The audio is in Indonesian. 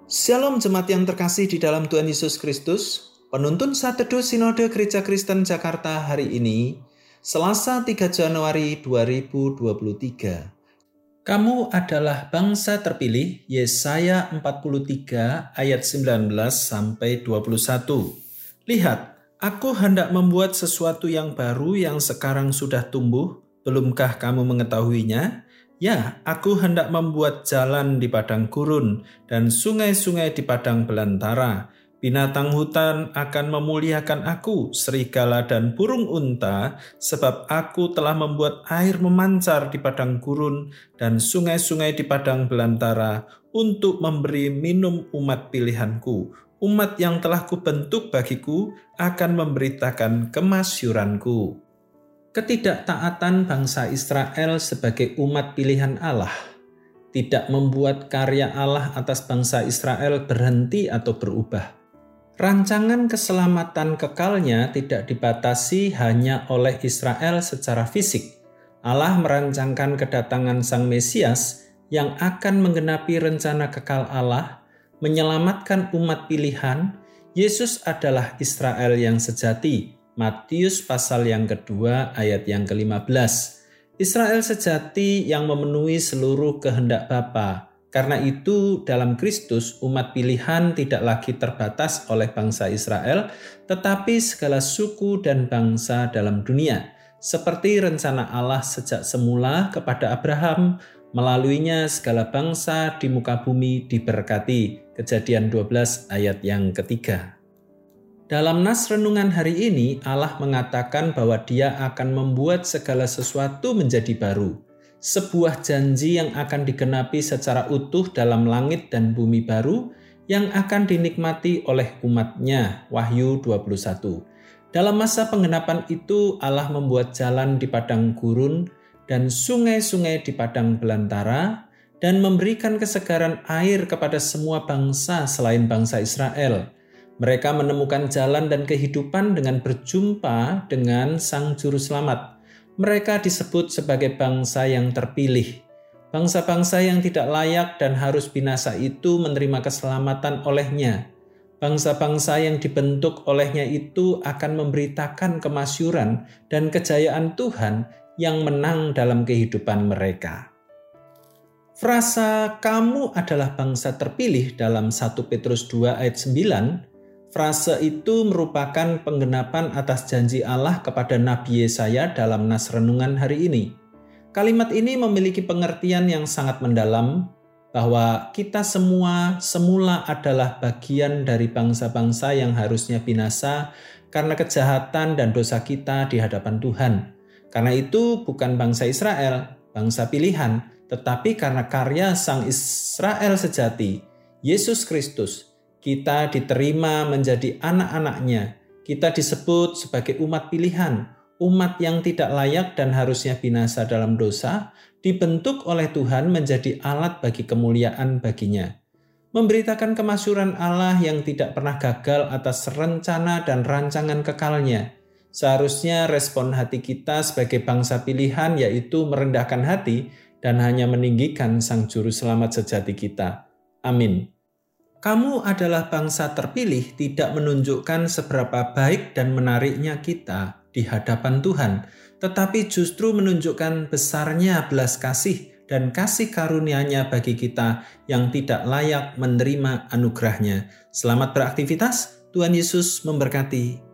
Shalom jemaat yang terkasih di dalam Tuhan Yesus Kristus. Penuntun Saat Teduh Sinode Gereja Kristen Jakarta hari ini, Selasa 3 Januari 2023. Kamu adalah bangsa terpilih, Yesaya 43 ayat 19 sampai 21. Lihat, aku hendak membuat sesuatu yang baru yang sekarang sudah tumbuh, belumkah kamu mengetahuinya? Ya, aku hendak membuat jalan di padang gurun dan sungai-sungai di padang belantara. Binatang hutan akan memuliakan aku, serigala dan burung unta, sebab aku telah membuat air memancar di padang gurun dan sungai-sungai di padang belantara untuk memberi minum umat pilihanku. Umat yang telah kubentuk bagiku akan memberitakan kemasyuranku. Ketidaktaatan bangsa Israel sebagai umat pilihan Allah tidak membuat karya Allah atas bangsa Israel berhenti atau berubah. Rancangan keselamatan kekalnya tidak dibatasi hanya oleh Israel secara fisik. Allah merancangkan kedatangan Sang Mesias yang akan menggenapi rencana kekal Allah, menyelamatkan umat pilihan. Yesus adalah Israel yang sejati. Matius pasal yang kedua ayat yang ke-15. Israel sejati yang memenuhi seluruh kehendak Bapa. Karena itu dalam Kristus umat pilihan tidak lagi terbatas oleh bangsa Israel, tetapi segala suku dan bangsa dalam dunia. Seperti rencana Allah sejak semula kepada Abraham, melaluinya segala bangsa di muka bumi diberkati. Kejadian 12 ayat yang ketiga. Dalam nas renungan hari ini, Allah mengatakan bahwa Dia akan membuat segala sesuatu menjadi baru. Sebuah janji yang akan digenapi secara utuh dalam langit dan bumi baru yang akan dinikmati oleh umat-Nya. Wahyu 21. Dalam masa penggenapan itu, Allah membuat jalan di padang gurun dan sungai-sungai di padang belantara dan memberikan kesegaran air kepada semua bangsa selain bangsa Israel. Mereka menemukan jalan dan kehidupan dengan berjumpa dengan Sang Juru Selamat. Mereka disebut sebagai bangsa yang terpilih. Bangsa-bangsa yang tidak layak dan harus binasa itu menerima keselamatan oleh-Nya. Bangsa-bangsa yang dibentuk oleh-Nya itu akan memberitakan kemasyuran dan kejayaan Tuhan yang menang dalam kehidupan mereka. Frasa "kamu adalah bangsa terpilih" dalam 1 Petrus 2 ayat 9, frase itu merupakan penggenapan atas janji Allah kepada Nabi Yesaya dalam nas renungan hari ini. Kalimat ini memiliki pengertian yang sangat mendalam bahwa kita semula adalah bagian dari bangsa-bangsa yang harusnya binasa karena kejahatan dan dosa kita di hadapan Tuhan. Karena itu bukan bangsa Israel, bangsa pilihan, tetapi karena karya Sang Israel sejati, Yesus Kristus, kita diterima menjadi anak-anak-Nya. Kita disebut sebagai umat pilihan, umat yang tidak layak dan harusnya binasa dalam dosa, dibentuk oleh Tuhan menjadi alat bagi kemuliaan bagi-Nya. Memberitakan kemasyuran Allah yang tidak pernah gagal atas rencana dan rancangan kekal-Nya. Seharusnya respon hati kita sebagai bangsa pilihan yaitu merendahkan hati dan hanya meninggikan Sang Juru Selamat sejati kita. Amin. Kamu adalah bangsa terpilih tidak menunjukkan seberapa baik dan menariknya kita di hadapan Tuhan, tetapi justru menunjukkan besarnya belas kasih dan kasih karunia-Nya bagi kita yang tidak layak menerima anugerah-Nya. Selamat beraktivitas, Tuhan Yesus memberkati.